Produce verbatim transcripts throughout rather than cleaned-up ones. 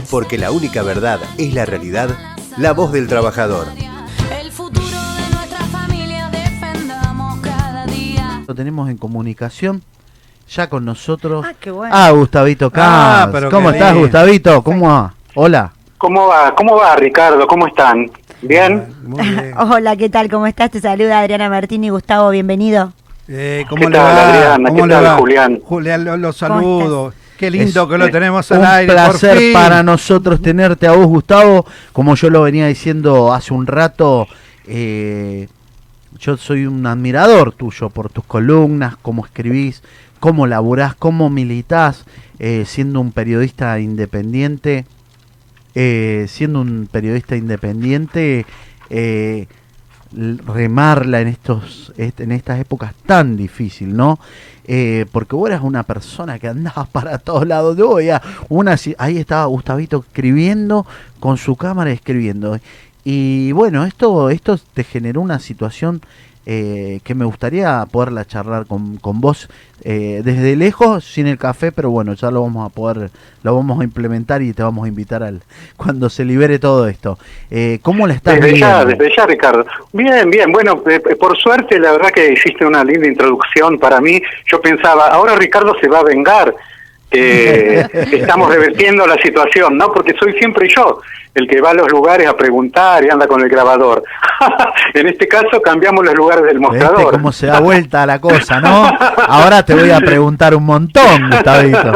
Porque la única verdad es la realidad, La Voz del Trabajador. El futuro de nuestra familia defendamos cada día. Lo tenemos en comunicación ya con nosotros. Ah, qué bueno. Ah, Gustavito Camps. Ah, pero ¿Cómo qué estás, bien. Gustavito? ¿Cómo va? Hola. ¿Cómo va? ¿Cómo va, Ricardo? ¿Cómo están? ¿Bien? Muy bien. Hola, ¿qué tal? ¿Cómo estás? Te saluda Adriana Martini. Gustavo, bienvenido. Eh, ¿Cómo ¿Qué le tal, va? Adriana? ¿Cómo ¿Qué le tal, va? Julián? Julián, lo- los ¿Cómo saludo. Qué lindo Es- que lo eh, tenemos al Un aire. placer por fin. para nosotros tenerte a vos, Gustavo. Como yo lo venía diciendo hace un rato, eh, yo soy un admirador tuyo por tus columnas, cómo escribís, cómo laburás, cómo militás, eh, siendo un periodista independiente. Eh, siendo un periodista independiente, eh, l- remarla en estos est- en estas épocas tan difícil, ¿no? Eh, porque vos eras una persona que andabas para todos lados. Yo veía una, si- ahí estaba Gustavito escribiendo con su cámara escribiendo. Y bueno, esto esto te generó una situación eh, que me gustaría poderla charlar con, con vos eh, desde lejos, sin el café, pero bueno, ya lo vamos a poder, lo vamos a implementar y te vamos a invitar al cuando se libere todo esto. Eh, ¿Cómo la estás Desde ya, viendo? desde ya, Ricardo. Bien, bien. Bueno, eh, por suerte, la verdad que hiciste una linda introducción para mí. Yo pensaba, ahora Ricardo se va a vengar, que estamos revertiendo la situación, ¿no? Porque soy siempre yo el que va a los lugares a preguntar y anda con el grabador. En este caso cambiamos los lugares del ¿Viste mostrador. cómo se da vuelta la cosa, no? Ahora te voy a preguntar un montón, Gustavito.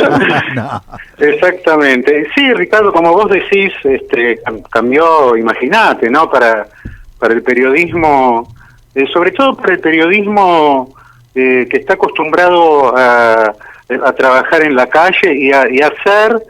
No. Exactamente. Sí, Ricardo, como vos decís, este, cam- cambió, imagínate, ¿no? Para, para el periodismo, eh, sobre todo para el periodismo eh, que está acostumbrado a, a trabajar en la calle y a, y a hacer,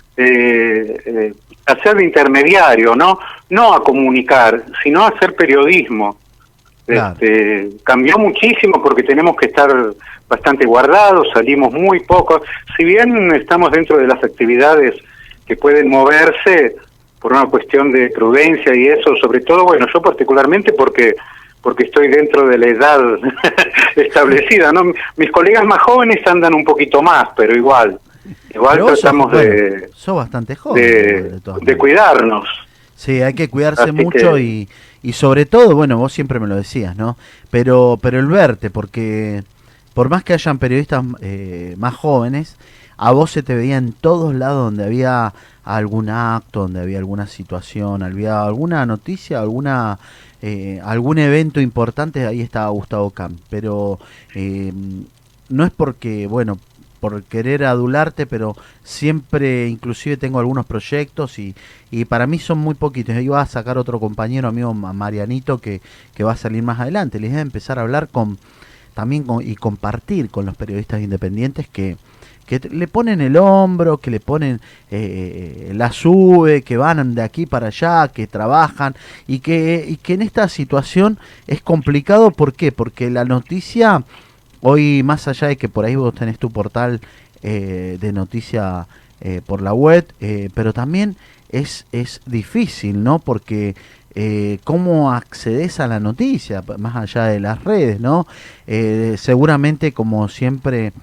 eh, eh, a ser de intermediario, ¿no? No a comunicar, sino a hacer periodismo. Claro. Este, cambió muchísimo porque tenemos que estar bastante guardados, salimos muy poco. Si bien estamos dentro de las actividades que pueden moverse por una cuestión de prudencia y eso, sobre todo, bueno, yo particularmente porque porque estoy dentro de la edad establecida, ¿no? Mis colegas más jóvenes andan un poquito más, pero igual, igual Pero vos sos, tratamos bueno, de, sos bastante joven. de, todas de maneras. cuidarnos. Sí, hay que cuidarse Así mucho que- y, y sobre todo, bueno, vos siempre me lo decías, ¿no? Pero, pero el verte, porque por más que hayan periodistas eh, más jóvenes, a vos se te veía en todos lados donde había algún acto, donde había alguna situación, había alguna noticia, alguna eh, algún evento importante, ahí estaba Gustavo Camps. Pero eh, no es porque, bueno, por querer adularte, pero siempre, inclusive tengo algunos proyectos y, y para mí son muy poquitos. Iba a sacar otro compañero amigo, Ma- Marianito, que, que va a salir más adelante. Les voy a empezar a hablar con también con, y compartir con los periodistas independientes que, que te- le ponen el hombro, que le ponen eh, la sube, que van de aquí para allá, que trabajan y que, y que en esta situación es complicado. ¿Por qué? Porque la noticia... Hoy, más allá de que por ahí vos tenés tu portal eh, de noticia eh, por la web, eh, pero también es, es difícil, ¿no? Porque eh, cómo accedes a la noticia, p- más allá de las redes, ¿no? Eh, seguramente, como siempre,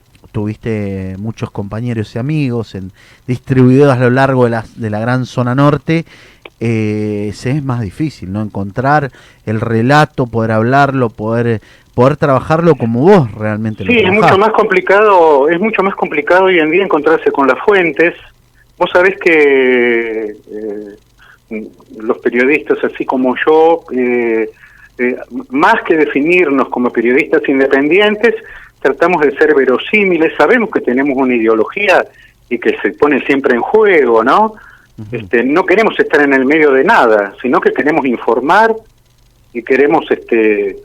tuviste muchos compañeros y amigos en, distribuidos a lo largo de la, de la gran zona norte. Eh, se es más difícil, ¿no? Encontrar el relato, poder hablarlo, poder poder trabajarlo como vos realmente lo Sí, es trabajás. mucho más complicado, es mucho más complicado hoy en día encontrarse con las fuentes. Vos sabés que eh, los periodistas, así como yo, eh, eh, más que definirnos como periodistas independientes, tratamos de ser verosímiles. Sabemos que tenemos una ideología y que se pone siempre en juego, ¿no? Ujú. Este, no queremos estar en el medio de nada, sino que queremos informar y queremos este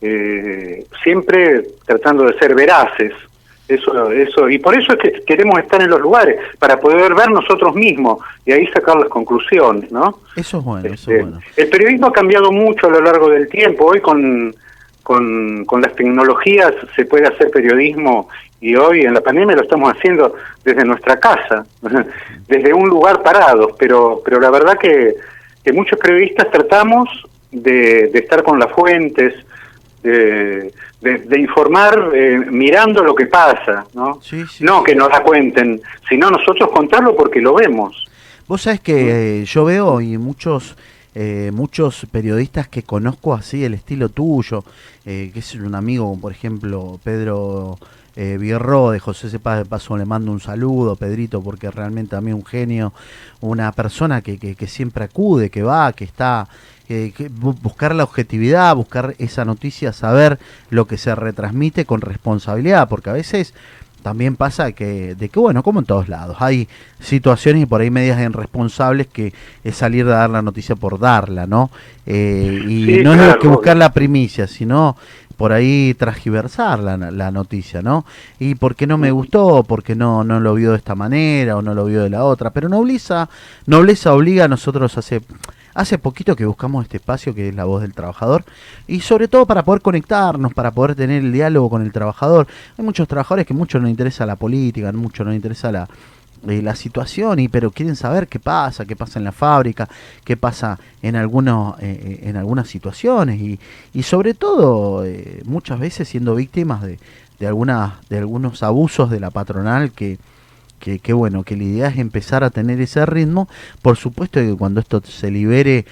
eh, siempre tratando de ser veraces. Eso, eso, y por eso es que queremos estar en los lugares, para poder ver nosotros mismos y ahí sacar las conclusiones, ¿no? Eso es bueno, eso Este, es bueno. El periodismo ha cambiado mucho a lo largo del tiempo. Hoy con, con, con las tecnologías se puede hacer periodismo y hoy en la pandemia lo estamos haciendo desde nuestra casa, desde un lugar parado, pero, pero la verdad que, que muchos periodistas tratamos de, de estar con las fuentes, de, de, de informar eh, mirando lo que pasa, ¿no? Sí, sí, No sí. que nos la cuenten, sino nosotros contarlo porque lo vemos. Vos sabés que eh, yo veo y muchos eh, muchos periodistas que conozco así, el estilo tuyo, eh, que es un amigo, como por ejemplo Pedro eh, Bierro, de José Cepaz, de paso le mando un saludo, Pedrito, porque realmente a mí un genio, una persona que, que, que siempre acude, que va, que está... Eh, que bu- buscar la objetividad, buscar esa noticia, saber lo que se retransmite con responsabilidad, porque a veces también pasa que, de que bueno, como en todos lados, hay situaciones y por ahí medias irresponsables que es salir a dar la noticia por darla, ¿no? Eh, y Sí, no claro, es que buscar la primicia, sino por ahí transgiversar la, la noticia, ¿no? Y porque no me gustó, porque no, no lo vio de esta manera o no lo vio de la otra, pero nobleza, nobleza obliga a nosotros hace... Hace poquito que buscamos este espacio que es la voz del trabajador y sobre todo para poder conectarnos, para poder tener el diálogo con el trabajador. Hay muchos trabajadores que mucho no les interesa la política, mucho no les interesa la, eh, la situación, y pero quieren saber qué pasa, qué pasa en la fábrica, qué pasa en, algunos, eh, en algunas situaciones y, y sobre todo eh, muchas veces siendo víctimas de, de, alguna, de algunos abusos de la patronal que... Que, que bueno, que la idea es empezar a tener ese ritmo. Por supuesto que cuando esto se libere,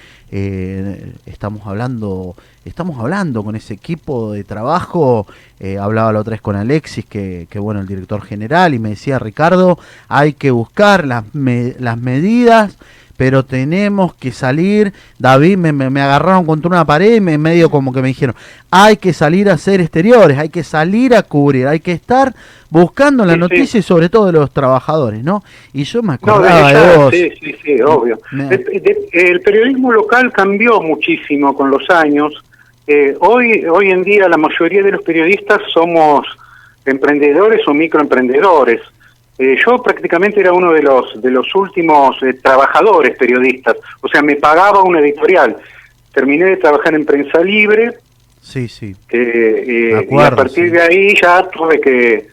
eh, estamos hablando estamos hablando con ese equipo de trabajo. Eh, hablaba la otra vez con Alexis, que, que bueno, el director general, y me decía, Ricardo, hay que buscar las, me, las medidas, pero tenemos que salir. David, me, me, me agarraron contra una pared y me medio como que me dijeron, hay que salir a hacer exteriores, hay que salir a cubrir, hay que estar buscando la Sí, noticia sí. y sobre todo de los trabajadores, ¿no? Y yo me No, acordaba desde de ya, vos. sí, sí, sí, obvio. Me- El, de- el periodismo local cambió muchísimo con los años. Eh, hoy, hoy en día la mayoría de los periodistas somos emprendedores o microemprendedores. Eh, yo prácticamente era uno de los de los últimos eh, trabajadores periodistas, o sea, me pagaba una editorial. Terminé de trabajar en Prensa Libre, Sí, sí. que, eh, Me y acuerdo, a partir sí. de ahí ya tuve que,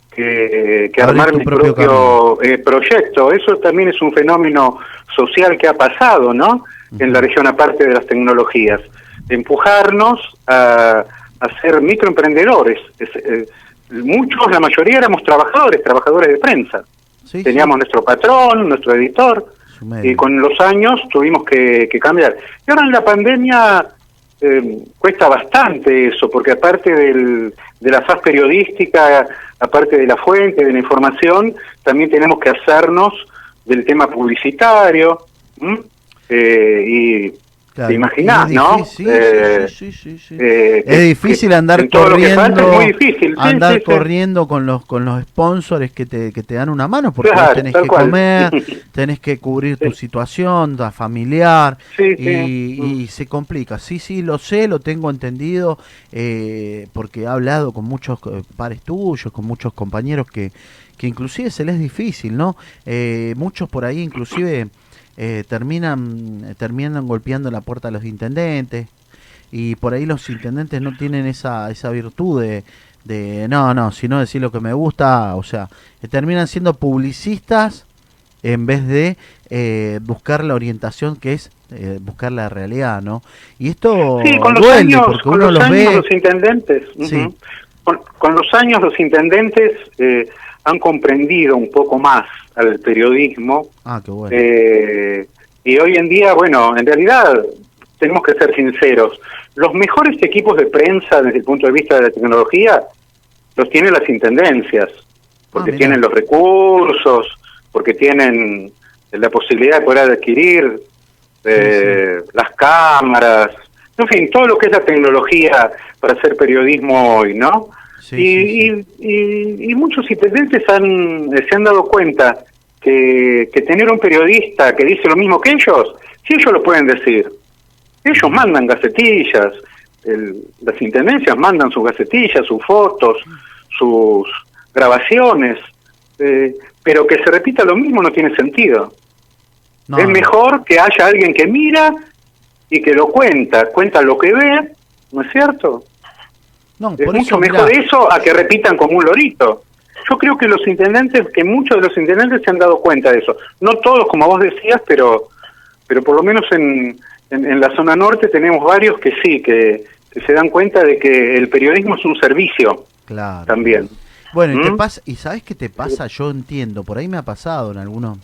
que, que Abrir armar tu mi propio propio, eh, proyecto. Eso también es un fenómeno social que ha pasado, ¿no? En la región, aparte de las tecnologías. De empujarnos a, a ser microemprendedores. Es, eh, muchos, la mayoría éramos trabajadores, trabajadores de prensa. Sí, Teníamos sí. nuestro patrón, nuestro editor, Su medio. y con los años tuvimos que, que cambiar. Y ahora en la pandemia eh, cuesta bastante eso, porque aparte del, de la faz periodística, aparte de la fuente, de la información, también tenemos que hacernos del tema publicitario. ¿m? Eh, y Claro, te imaginás, y es ¿no? difícil, Eh, sí, sí, sí, sí. eh, Es que- difícil que andar en todo lo que corriendo, falta es muy difícil, sí, andar sí, sí. corriendo con los con los sponsors que te, que te dan una mano, porque Claro, vos tenés tal que cual. comer, tenés que cubrir tu Sí. situación, la familiar, Sí, y, sí. y se complica. Sí, sí, lo sé, lo tengo entendido, eh, porque he hablado con muchos eh, pares tuyos, con muchos compañeros que, que inclusive se les es difícil, ¿no? Eh, muchos por ahí inclusive... Eh, terminan terminan golpeando la puerta a los intendentes, y por ahí los intendentes no tienen esa esa virtud de, de no, no, sino decir lo que me gusta, o sea, eh, terminan siendo publicistas en vez de eh, buscar la orientación que es eh, buscar la realidad, ¿no? Y esto Sí, con los duele años, porque con uno los, los años ve. los intendentes, Sí. ujú. con, con los años los intendentes eh, han comprendido un poco más al periodismo. Ah, qué bueno. Eh, y hoy en día, bueno, en realidad tenemos que ser sinceros. Los mejores equipos de prensa desde el punto de vista de la tecnología los tienen las intendencias, porque Ah, mirá. tienen los recursos, porque tienen la posibilidad de poder adquirir eh, las cámaras, en fin, todo lo que es la tecnología para hacer periodismo hoy, ¿no? Sí, y, sí, sí. Y, y, y muchos intendentes han, se han dado cuenta que, que tener un periodista que dice lo mismo que ellos, si ellos lo pueden decir, ellos mandan gacetillas, el, las intendencias mandan sus gacetillas, sus fotos, sus grabaciones, eh, pero que se repita lo mismo no tiene sentido. No, es no. mejor que haya alguien que mira y que lo cuenta, cuenta lo que ve, ¿no es cierto? No, Es por mucho eso, mejor mirá, eso a que repitan como un lorito. Yo creo que los intendentes, que muchos de los intendentes se han dado cuenta de eso. No todos, como vos decías, pero pero por lo menos en, en, en la zona norte tenemos varios que sí, que, que se dan cuenta de que el periodismo es un servicio claro. también. Bueno, y te ¿Mm? pasa, y sabes qué te pasa, yo entiendo, por ahí me ha pasado en algunos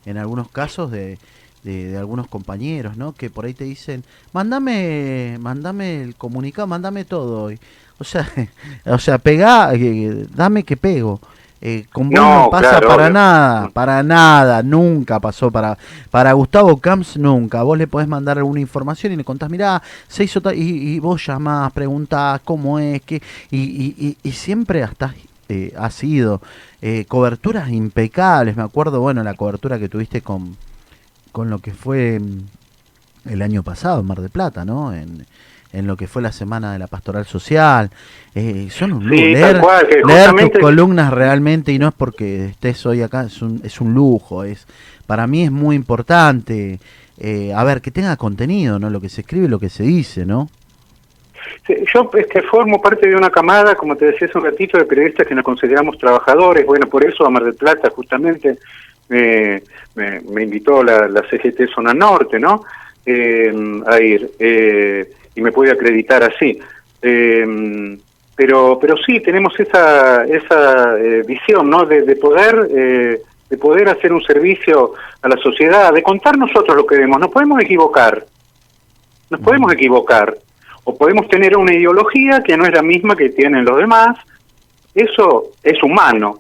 en algunos casos de, de, de algunos compañeros, ¿no? Que por ahí te dicen, mándame, mándame el comunicado, mándame todo hoy. O sea, o sea, pegá, eh, dame que pego. Eh, con vos no, No, pasa claro, para obvio. nada, para nada, nunca pasó para para Gustavo Camps, nunca. Vos le podés mandar alguna información y le contás, mirá, se hizo tal, y, y vos llamás, preguntás cómo es, qué, y, y, y, y siempre hasta eh, ha sido eh, coberturas impecables. Me acuerdo, bueno, la cobertura que tuviste con, con lo que fue mm, el año pasado en Mar del Plata, ¿no? En, en lo que fue la semana de la pastoral social. Eh, son un lujo. Sí, Leer, tal cual, que leer justamente- tus columnas realmente, y no es porque estés hoy acá, es un, es un lujo. Es, para mí es muy importante, eh, a ver, que tenga contenido, ¿no? Lo que se escribe y lo que se dice, ¿no? Sí, yo este, formo parte de una camada, como te decía hace un ratito, de periodistas que nos consideramos trabajadores. Bueno, por eso a Mar del Plata justamente eh, me, me invitó la, la C G T Zona Norte, ¿no? Eh, a ir, eh, y me pude acreditar así. Eh, pero pero sí, tenemos esa esa eh, visión, ¿no? De, de poder eh, de poder hacer un servicio a la sociedad, de contar nosotros lo que vemos. Nos podemos equivocar, nos podemos equivocar, o podemos tener una ideología que no es la misma que tienen los demás. Eso es humano,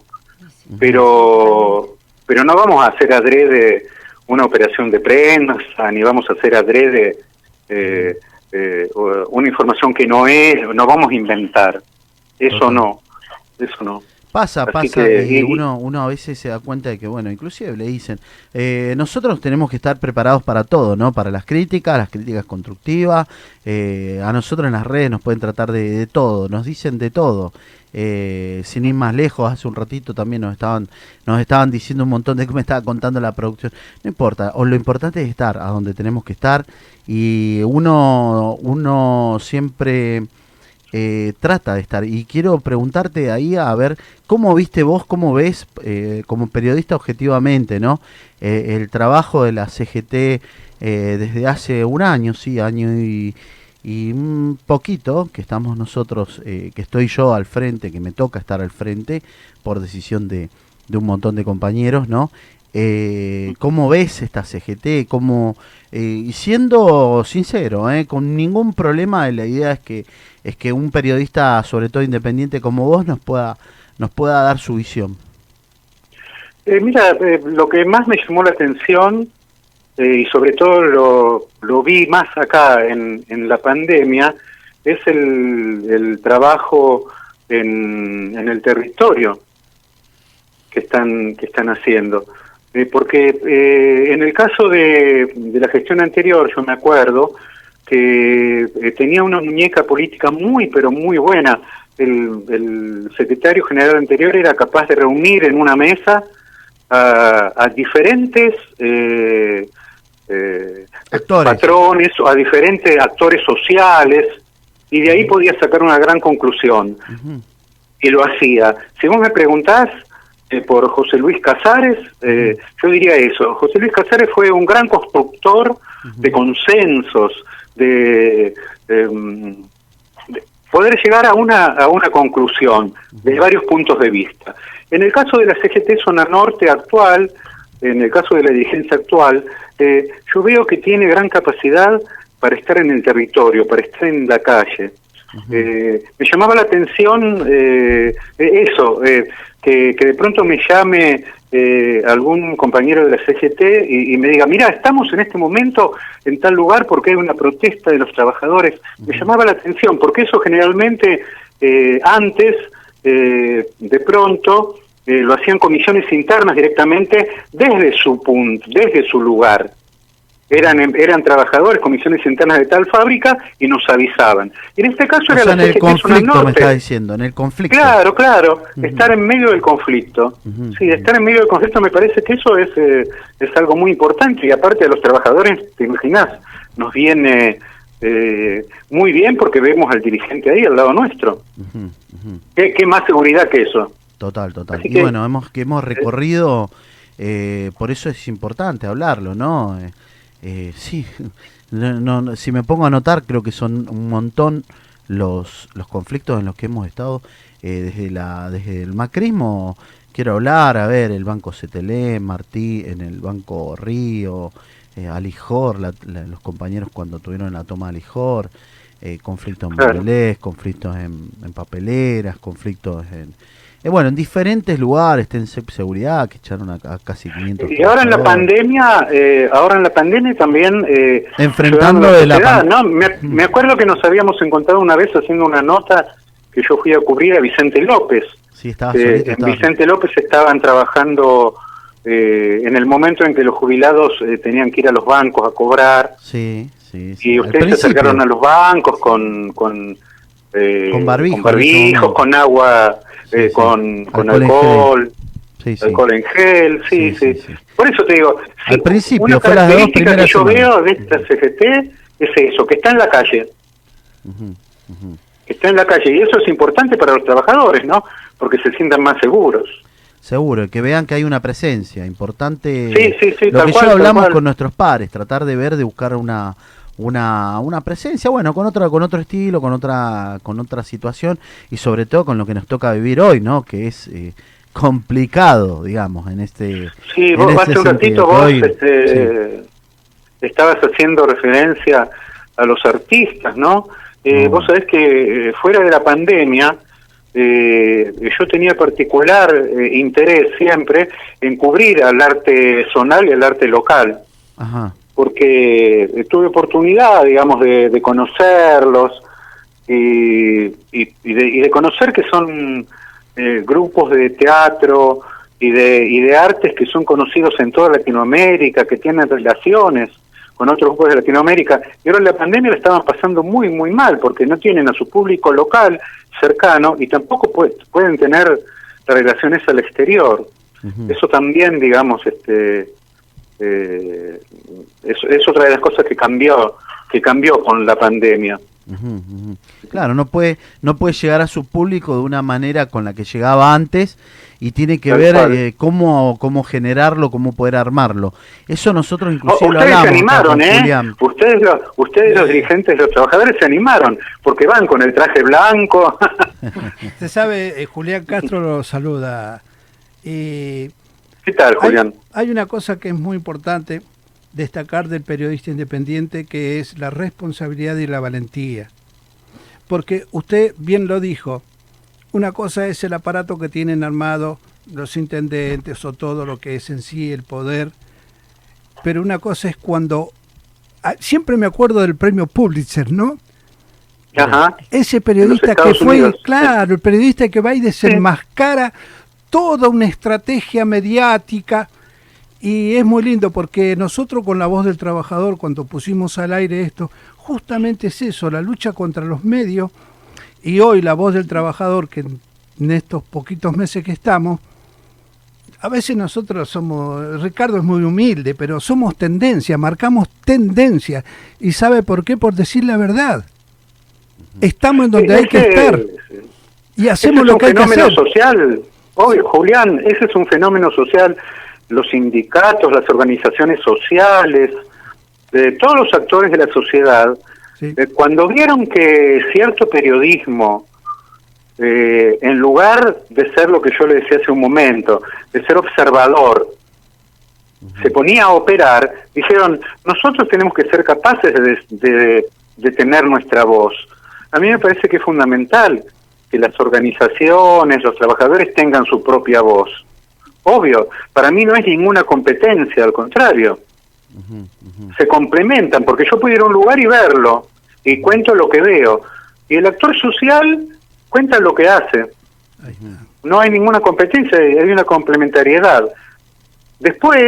pero pero no vamos a hacer adrede una operación de prensa, ni vamos a hacer adrede eh, eh, una información que no es, no vamos a inventar. Eso Total. no, eso no. Pasa, Así pasa, que, y y- uno, uno a veces se da cuenta de que, bueno, inclusive le dicen, eh, nosotros tenemos que estar preparados para todo, ¿no? Para las críticas, las críticas constructivas, eh, a nosotros en las redes nos pueden tratar de, de todo, nos dicen de todo. Eh, sin ir más lejos, hace un ratito también nos estaban, nos estaban diciendo un montón de que me estaba contando la producción. No importa, o lo importante es estar a donde tenemos que estar, y uno, uno siempre eh, trata de estar. Y quiero preguntarte ahí a ver cómo viste vos, cómo ves eh, como periodista objetivamente, ¿no? Eh, el trabajo de la C G T eh, desde hace un año, sí, año y, y un poquito que estamos nosotros, eh, que estoy yo al frente, que me toca estar al frente por decisión de, de un montón de compañeros, ¿no? Eh, ¿Cómo ves esta C G T? ¿Cómo, eh, y siendo sincero, eh, con ningún problema, la idea es que es que un periodista, sobre todo independiente como vos, nos pueda nos pueda dar su visión. Eh, mira, eh, lo que más me llamó la atención, eh, y sobre todo lo, lo vi más acá en, en la pandemia, es el, el trabajo en, en el territorio que están que están haciendo. Eh, porque eh, en el caso de, de la gestión anterior, yo me acuerdo que eh, tenía una muñeca política muy, pero muy buena. El, el secretario general anterior era capaz de reunir en una mesa a, a diferentes eh, eh, Actores. patrones, o a diferentes actores sociales, y de ahí podía sacar una gran conclusión. Ujú. Y lo hacía. Si vos me preguntás eh, por José Luis Casares, eh, yo diría eso. José Luis Casares fue un gran constructor de consensos, de, de, mm, de poder llegar a una a una conclusión de varios puntos de vista. En el caso de la C G T Zona Norte actual, en el caso de la dirigencia actual, eh, yo veo que tiene gran capacidad para estar en el territorio, para estar en la calle. Eh, me llamaba la atención eh, eso, eh, que, que de pronto me llame eh, algún compañero de la C G T y, y me diga, mira, estamos en este momento en tal lugar porque hay una protesta de los trabajadores. Me llamaba la atención, porque eso generalmente eh, antes, eh, de pronto, eh, lo hacían comisiones internas directamente desde su punto, desde su lugar. Eran eran trabajadores, comisiones internas de tal fábrica, y nos avisaban. Y en este caso O era sea, en la el C G T Zona conflicto me Norte. está diciendo, en el conflicto. Claro, claro, Ujú. estar en medio del conflicto. Ujú. Sí, estar en medio del conflicto me parece que eso es eh, es algo muy importante, y aparte a los trabajadores, te imaginas, nos viene eh, muy bien porque vemos al dirigente ahí al lado nuestro. Ujú, ujú. ¿Qué, qué más seguridad que eso? Total, total. Así Y que- bueno, hemos que hemos recorrido, eh, por eso es importante hablarlo, ¿no? Eh, eh, sí, no, no, no, si me pongo a anotar, creo que son un montón los los conflictos en los que hemos estado eh, desde la desde el macrismo, quiero hablar, a ver, el Banco C T L, Martí, en el Banco Río, eh, Alijor, la, la, los compañeros cuando tuvieron la toma de Alijor, eh, conflictos en Claro. Modelés, conflictos en, en papeleras, conflictos en... Eh, bueno, en diferentes lugares, en seguridad, que echaron a, a casi quinientos. Y ahora en la trabajadores. pandemia, eh, ahora en la pandemia también... Eh, Enfrentando ciudadanos de la sociedad, pan- ¿no? Me, me acuerdo que nos habíamos encontrado una vez haciendo una nota que yo fui a cubrir a Vicente López. Sí, estaba Eh, solito, en estaba- Vicente López estaban trabajando eh, en el momento en que los jubilados eh, tenían que ir a los bancos a cobrar, Sí, sí, sí. y Al ustedes se principio. acercaron a los bancos con con, eh, Con barbijo, con, barbijos, en ese momento. con agua, Sí, eh, sí. con, con Alcohol en alcohol, Sí, sí. alcohol en gel, sí, Sí, sí. sí, sí. Por eso te digo, Al principio, una fue las dos característica que primeras yo semanas. veo de esta C F T es eso, que está en la calle. Ujú, ujú. Que está en la calle, y eso es importante para los trabajadores, ¿no? Porque se sientan más seguros. Seguro, que vean que hay una presencia importante. Sí, sí, sí, Lo tal que cual, ya tal hablamos cual. con nuestros pares, tratar de ver, de buscar una una una presencia, bueno, con otra con otro estilo, con otra con otra situación y sobre todo con lo que nos toca vivir hoy, ¿no? Que es eh, complicado, digamos, en este Sí, en vos este hace un sentido, ratito que vos hoy- este, sí. eh, estabas haciendo referencia a los artistas, ¿no? Eh, No. Vos sabés que eh, fuera de la pandemia, eh, yo tenía particular eh, interés siempre en cubrir al arte zonal y al arte local, Ajá. porque eh, tuve oportunidad, digamos, de, de conocerlos y, y, y de, y de conocer que son eh, grupos de teatro y de, y de artes que son conocidos en toda Latinoamérica, que tienen relaciones con otros grupos de Latinoamérica, y ahora en la pandemia la estaban pasando muy, muy mal, porque no tienen a su público local cercano y tampoco puede- pueden tener relaciones al exterior. Ujú. Eso también, digamos, este eh, es, es otra de las cosas que cambió, que cambió con la pandemia. Ujú, ujú. Claro, no puede no puede llegar a su público de una manera con la que llegaba antes y tiene que Tal ver cual. eh, cómo cómo generarlo, cómo poder armarlo. Eso nosotros O- inclusive lo ustedes se hablamos acá animaron, con ¿eh? Julián. Ustedes, los, ustedes los dirigentes, los trabajadores se animaron, porque van con el traje blanco. Usted sabe, eh, Julián Castro lo saluda. Y ¿Qué tal, hay, Julián? hay una cosa que es muy importante destacar del periodista independiente, que es la responsabilidad y la valentía. Porque usted bien lo dijo, una cosa es el aparato que tienen armado los intendentes o todo lo que es en sí el poder, pero una cosa es cuando... ah, siempre me acuerdo del premio Pulitzer, ¿no? Ajá. Ese periodista En los que Estados fue, Unidos. claro, el periodista que va y desenmascara toda una estrategia mediática, y es muy lindo porque nosotros con La Voz del Trabajador, cuando pusimos al aire esto, justamente es eso, la lucha contra los medios, y hoy La Voz del Trabajador, que en estos poquitos meses que estamos, a veces nosotros somos, Ricardo es muy humilde, pero somos tendencia, marcamos tendencia, y ¿sabe por qué? Por decir la verdad. Estamos en donde hay que Ese- estar y hacemos ese lo es que hay un que fenómeno hacer. social. Oye, Julián, ese es un fenómeno social. Los sindicatos, las organizaciones sociales, de todos los actores de la sociedad, Sí. eh, cuando vieron que cierto periodismo, eh, en lugar de ser lo que yo le decía hace un momento, de ser observador, se ponía a operar, dijeron, nosotros tenemos que ser capaces de, de, de tener nuestra voz. A mí me parece que es fundamental que las organizaciones, los trabajadores tengan su propia voz. Obvio, para mí no es ninguna competencia, al contrario. Ujú, ujú. Se complementan, porque yo puedo ir a un lugar y verlo, y cuento lo que veo. Y el actor social cuenta lo que hace. Ahí está. No hay ninguna competencia, hay una complementariedad. Después,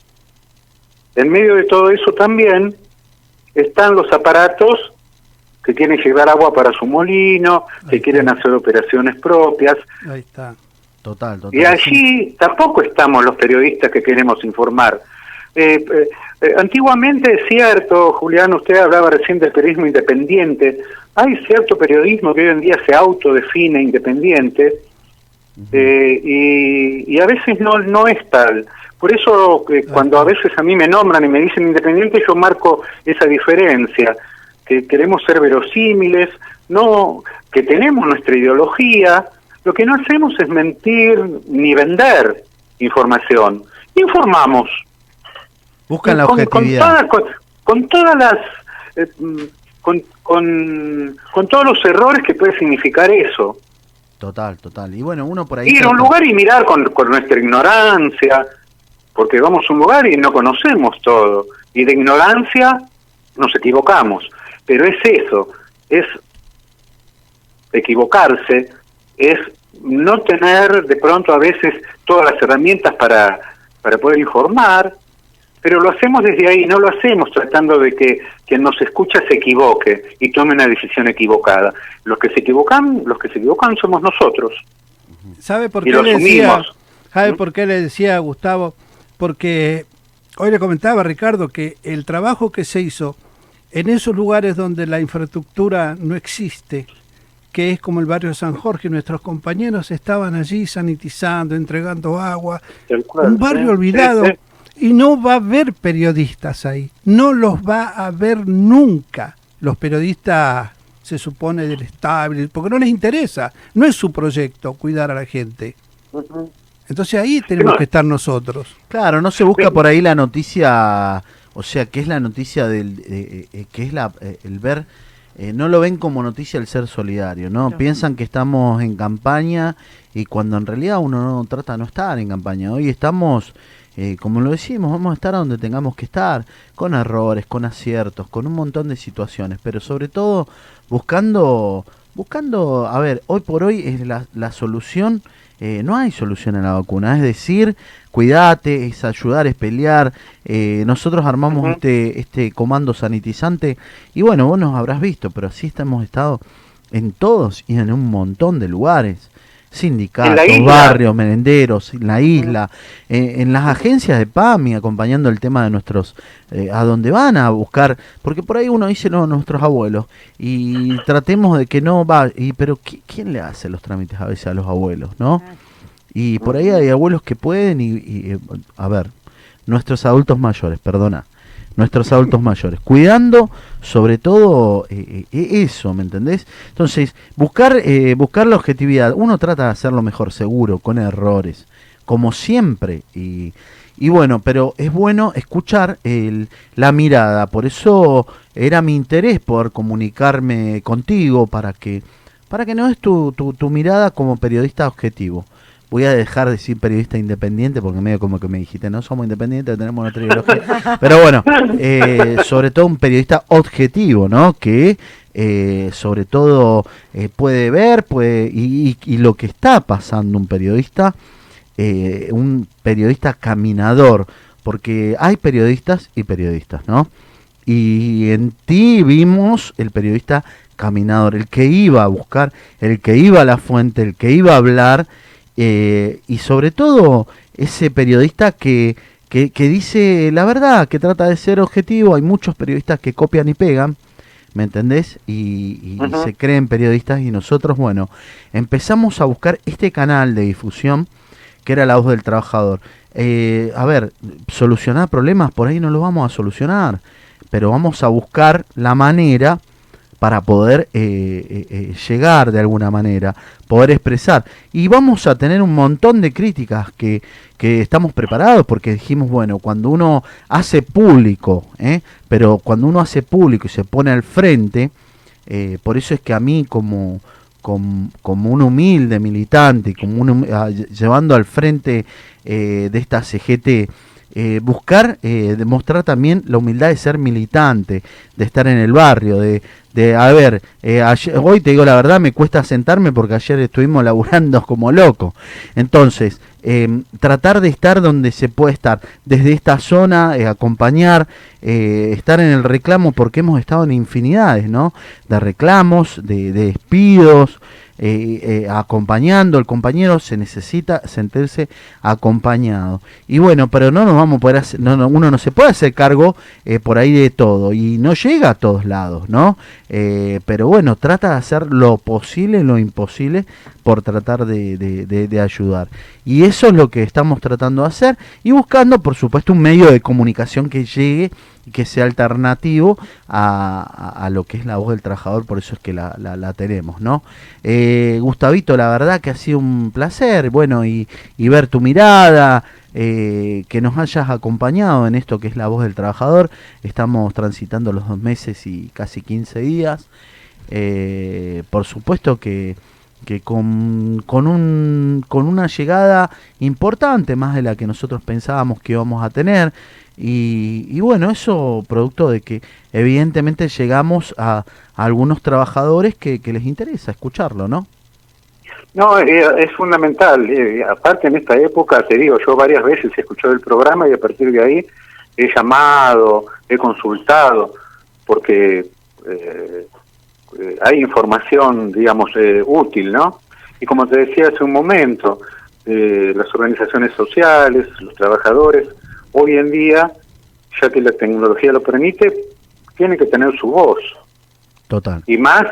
en medio de todo eso también, están los aparatos que quieren llevar agua para su molino, que Ahí quieren está. hacer operaciones propias. Ahí está. Total, total. Y allí tampoco estamos los periodistas que queremos informar. Eh, eh, eh, antiguamente es cierto, Julián, usted hablaba recién del periodismo independiente. Hay cierto periodismo que hoy en día se autodefine independiente, eh, y, y a veces no, no es tal. Por eso eh, cuando a veces a mí me nombran y me dicen independiente, yo marco esa diferencia, que queremos ser verosímiles, no, que tenemos nuestra ideología, Lo que no hacemos es mentir ni vender información. Informamos. Buscan la con, objetividad. Con, toda, con, con todas las... Eh, con, con, con todos los errores que puede significar eso. Total, total. Y bueno, uno por ahí... Ir a un lugar y mirar con, con nuestra ignorancia, porque vamos a un lugar y no conocemos todo. Y de ignorancia nos equivocamos. Pero es eso, es equivocarse, es no tener de pronto a veces todas las herramientas para, para poder informar, pero lo hacemos desde ahí, no lo hacemos tratando de que quien nos escucha se equivoque y tome una decisión equivocada. Los que se equivocan, los que se equivocan somos nosotros. ¿Sabe por Y qué lo le decía, asumimos. ¿sabe ¿Mm? por qué le decía a Gustavo? Porque hoy le comentaba a Ricardo que el trabajo que se hizo en esos lugares donde la infraestructura no existe, que es como el barrio de San Jorge, nuestros compañeros estaban allí sanitizando, entregando agua, Tal cual, un barrio sí, olvidado, sí, sí. y no va a haber periodistas ahí, no los va a haber nunca. Los periodistas se supone del estable, porque no les interesa, no es su proyecto cuidar a la gente. Ujú. Entonces ahí tenemos No. que estar nosotros. Claro, no se busca por ahí la noticia, o sea, que es la noticia del, eh, eh, que es la, eh, el ver, eh, no lo ven como noticia el ser solidario, ¿no? No. Piensan que estamos en campaña y cuando en realidad uno no trata de no estar en campaña. Hoy estamos, eh, como lo decimos, vamos a estar donde tengamos que estar, con errores, con aciertos, con un montón de situaciones, pero sobre todo buscando, buscando, a ver, hoy por hoy es la, la solución. Eh, no hay solución a la vacuna, es decir, cuídate, es ayudar, es pelear. Eh, nosotros armamos Ujú. este este comando sanitizante y bueno, vos nos habrás visto, pero así hemos estado en todos y en un montón de lugares. Sindicatos, En la isla. barrios, merenderos, en la isla, eh, en las agencias de P A M I, acompañando el tema de nuestros, eh, a donde van a buscar, porque por ahí uno dice, no, nuestros abuelos, y tratemos de que no va, y pero ¿qui- ¿quién le hace los trámites a veces a los abuelos, no? Y por ahí hay abuelos que pueden, y, y, eh, a ver, nuestros adultos mayores, perdona, nuestros adultos mayores, cuidando sobre todo eh, eh, eso, ¿me entendés? Entonces, buscar eh, buscar la objetividad, uno trata de hacerlo mejor, seguro, con errores, como siempre, y, y bueno, pero es bueno escuchar el, la mirada, por eso era mi interés poder comunicarme contigo, para que para que no des tu, tu, tu mirada como periodista objetivo. Voy a dejar de decir periodista independiente porque medio como que me dijiste, no somos independientes, tenemos otra ideología. Pero bueno, eh, sobre todo un periodista objetivo, ¿no? Que eh, sobre todo eh, puede ver puede y, y, y lo que está pasando un periodista, eh, un periodista caminador, porque hay periodistas y periodistas, ¿no? Y en ti vimos el periodista caminador, el que iba a buscar, el que iba a la fuente, el que iba a hablar. Eh, y sobre todo ese periodista que, que, que dice la verdad, que trata de ser objetivo. Hay muchos periodistas que copian y pegan, ¿me entendés? Y, y Ujú. se creen periodistas, y nosotros, bueno, empezamos a buscar este canal de difusión que era La Voz del Trabajador. Eh, a ver, solucionar problemas, por ahí no los vamos a solucionar, pero vamos a buscar la manera para poder eh, eh, eh, llegar de alguna manera, poder expresar. Y vamos a tener un montón de críticas que, que estamos preparados, porque dijimos, bueno, cuando uno hace público, ¿eh? pero cuando uno hace público y se pone al frente, eh, por eso es que a mí como, como, como un humilde militante, como un, hum- a- llevando al frente eh, de esta C G T, Eh, buscar, eh, demostrar también la humildad de ser militante, de estar en el barrio, de, de a ver, eh, ayer- hoy te digo la verdad, me cuesta sentarme porque ayer estuvimos laburando como locos. Entonces, eh, tratar de estar donde se puede estar, desde esta zona, eh, acompañar, eh, estar en el reclamo, porque hemos estado en infinidades, ¿no? De reclamos, de, de despidos, eh, eh, acompañando, el compañero se necesita sentirse acompañado. Y bueno, pero no nos vamos a poder hacer, no, no, uno no se puede hacer cargo eh, por ahí de todo, y no llega a todos lados, ¿no? Eh, pero bueno, trata de hacer lo posible, lo imposible, por tratar de, de, de, de ayudar. Y eso es lo que estamos tratando de hacer, y buscando, por supuesto, un medio de comunicación que llegue y que sea alternativo a, a, a lo que es la voz del trabajador, por eso es que la, la, la tenemos, ¿no? Eh, Gustavito, la verdad que ha sido un placer, bueno, y, y ver tu mirada, eh, que nos hayas acompañado en esto que es la voz del trabajador. Estamos transitando los dos meses y casi quince días. Eh, por supuesto que que con, con, un, con una llegada importante, más de la que nosotros pensábamos que íbamos a tener, y, y bueno, eso producto de que evidentemente llegamos a, a algunos trabajadores que, que les interesa escucharlo, ¿no? No, eh, es fundamental. Eh, aparte en esta época, te digo, yo varias veces he escuchado el programa y a partir de ahí he llamado, he consultado, porque... Eh, Eh, hay información, digamos, eh, útil, ¿no? Y como te decía hace un momento, eh, las organizaciones sociales, los trabajadores, hoy en día, ya que la tecnología lo permite, tienen que tener su voz. Total. Y más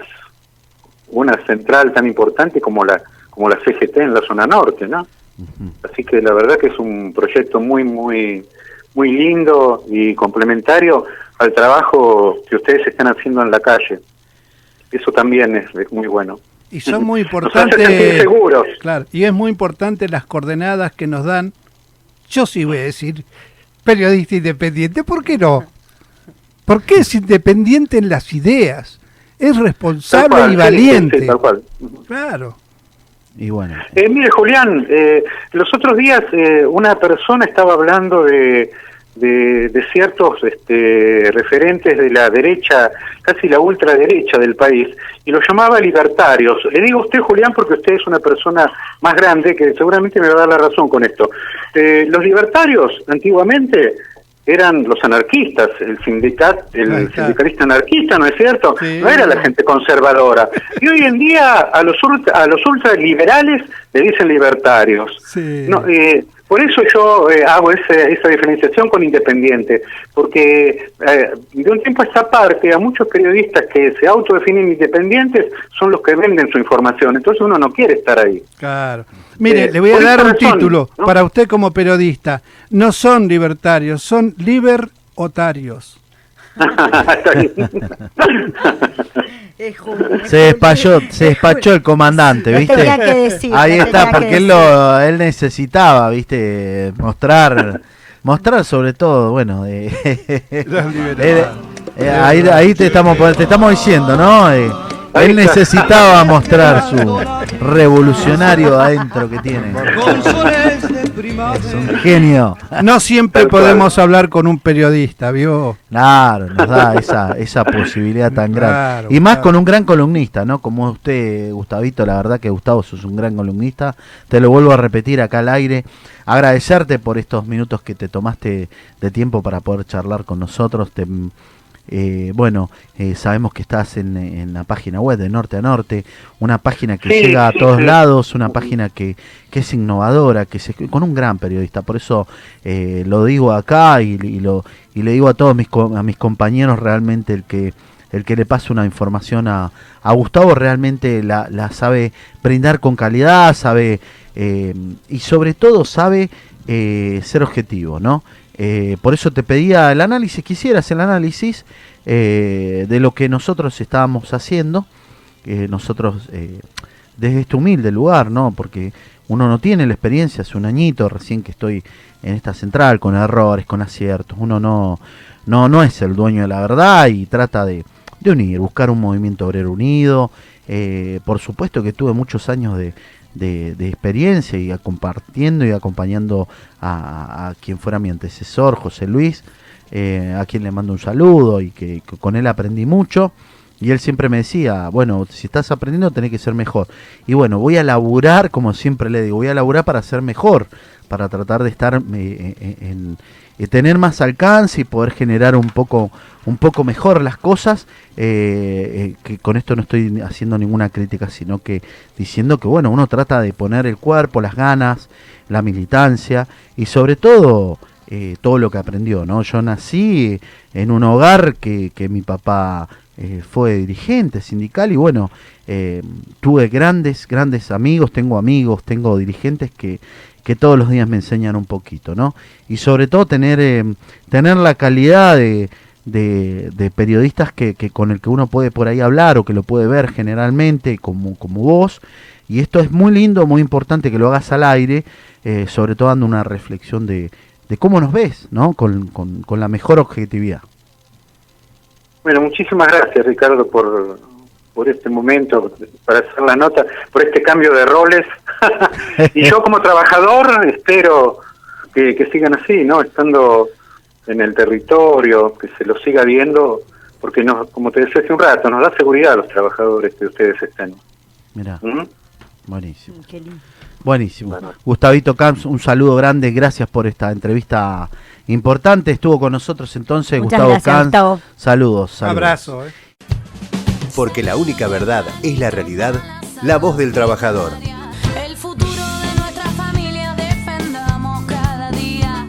una central tan importante como la como la C G T en la zona norte, ¿no? Uh-huh. Así que la verdad que es un proyecto muy, muy, muy lindo y complementario al trabajo que ustedes están haciendo en la calle. Eso también es, es muy bueno. Y son muy importantes, seguros. Claro, y es muy importante las coordenadas que nos dan. Yo sí voy a decir periodista independiente, ¿por qué no? Porque es independiente en las ideas, es responsable cual, y valiente. Sí, sí, tal cual. Claro. Y bueno. Eh, mire, Julián, eh, los otros días eh, una persona estaba hablando de De, de ciertos este, referentes de la derecha, casi la ultraderecha del país, y los llamaba libertarios. Le digo a usted, Julián, porque usted es una persona más grande que seguramente me va a dar la razón con esto. Eh, los libertarios, antiguamente, eran los anarquistas, el sindicat, el sindicalista anarquista, ¿no es cierto? Sí. No era la gente conservadora. Y hoy en día a los ultra, a los ultraliberales le dicen libertarios. Sí. No, eh, Por eso yo eh, hago ese, esa diferenciación con independiente, porque eh, de un tiempo a esta parte a muchos periodistas que se autodefinen independientes son los que venden su información, entonces uno no quiere estar ahí. Claro. Mire, Eh, le voy a por dar esa un razón, título ¿no? para usted como periodista. No son libertarios, son liberotarios. Está bien. Se despachó, se despachó el comandante, ¿viste? Tenía que decir, Ahí tenía está, que porque él lo, él necesitaba, ¿viste? Mostrar, mostrar sobre todo, bueno, eh, eh, eh, ahí, ahí te estamos, te estamos diciendo, ¿no? Eh, él necesitaba mostrar su revolucionario adentro que tiene. Es un genio. No siempre podemos hablar con un periodista, ¿vio? Claro, nos da esa, esa posibilidad tan grande. Claro, y más claro. con un gran columnista, ¿no? Como usted, Gustavito, la verdad que Gustavo, sos un gran columnista. Te lo vuelvo a repetir acá al aire. Agradecerte por estos minutos que te tomaste de tiempo para poder charlar con nosotros. Te, eh, bueno, eh, sabemos que estás en, en la página web de Norte a Norte, una página que Sí, llega a sí, todos sí. lados, una página que, que es innovadora, que se, con un gran periodista. Por eso eh, lo digo acá y, y, lo, y le digo a todos mis, co- a mis compañeros, realmente el que el que le pase una información a, a Gustavo realmente la, la sabe brindar con calidad, sabe eh, y sobre todo sabe eh, ser objetivo, ¿no? Eh, por eso te pedía el análisis, quisieras el análisis eh, de lo que nosotros estábamos haciendo, eh, nosotros eh, desde este humilde lugar, ¿no? Porque uno no tiene la experiencia, hace un añito recién que estoy en esta central, con errores, con aciertos, uno no, no, no es el dueño de la verdad y trata de, de unir, buscar un movimiento obrero unido. Eh, por supuesto que tuve muchos años de, de, de experiencia y a, compartiendo y acompañando a, a quien fuera mi antecesor, José Luis, eh, a quien le mando un saludo y que, que con él aprendí mucho. Y él siempre me decía, bueno, si estás aprendiendo tenés que ser mejor. Y bueno, voy a laburar, como siempre le digo, voy a laburar para ser mejor, para tratar de estar eh, en, en, en tener más alcance y poder generar un poco un poco mejor las cosas. Eh, eh, que con esto no estoy haciendo ninguna crítica, sino que diciendo que bueno, uno trata de poner el cuerpo, las ganas, la militancia y sobre todo eh, todo lo que aprendió, ¿no? Yo nací en un hogar que, que mi papá eh, fue dirigente sindical y bueno, eh, tuve grandes, grandes amigos, tengo amigos, tengo dirigentes que, que todos los días me enseñan un poquito, ¿no? Y sobre todo tener, eh, tener la calidad de, de, de periodistas que, que con el que uno puede por ahí hablar o que lo puede ver generalmente, como, como vos. Y esto es muy lindo, muy importante que lo hagas al aire, eh, sobre todo dando una reflexión de, de cómo nos ves, ¿no? Con, con, con la mejor objetividad. Bueno, muchísimas gracias, Ricardo, por, por este momento, para hacer la nota, por este cambio de roles. Y yo como trabajador espero que, que sigan así, ¿no? Estando en el territorio, que se lo siga viendo, porque nos, como te decía hace un rato, nos da seguridad a los trabajadores que ustedes estén. Mirá, ¿Mm? buenísimo. Qué lindo. Buenísimo. Bueno. Gustavito Camps, un saludo grande, gracias por esta entrevista importante. Estuvo con nosotros entonces Muchas Gustavo gracias, Camps. Gustavo. Saludos, saludos. Abrazo. ¿eh? Porque la única verdad es la realidad, la voz del trabajador.